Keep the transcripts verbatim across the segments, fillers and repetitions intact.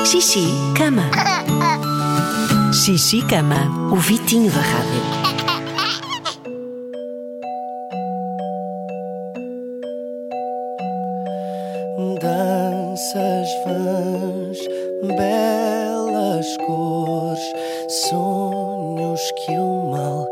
Xixi, cama. Xixi, cama, o Vitinho da rádio. Danças vãs, belas cores, sonhos que eu mal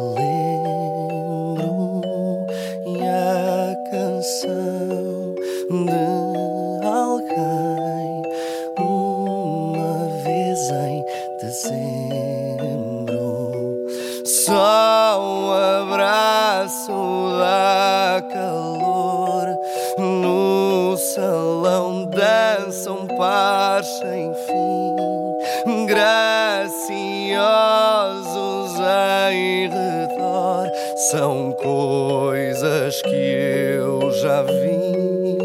relembro, e a canção de alguém uma vez em dezembro. Só um abraço dá calor, no salão dançam pares sem fim, graciosos em redor, são coisas que eu já vi.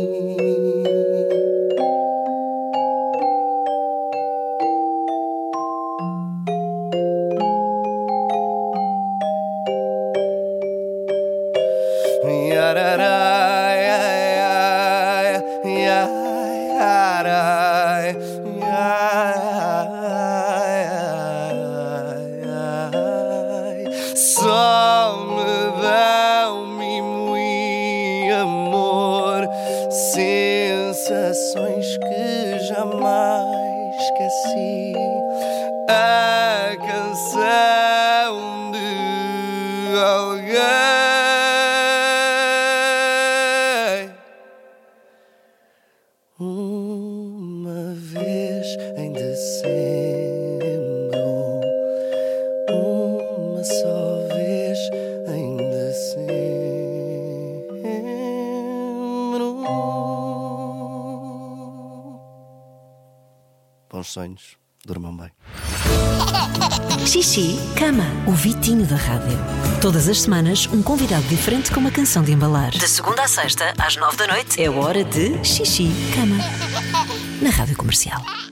Só me dão mimo e amor, sensações que jamais esqueci. A canção de alguém. Uma vez em dezembro, uma só vez em dezembro. Bons sonhos, durmam bem. Xixi, cama, o Vitinho da rádio. Todas as semanas, um convidado diferente com uma canção de embalar. De segunda à sexta, às nove da noite, é hora de Xixi, cama. Na Rádio Comercial.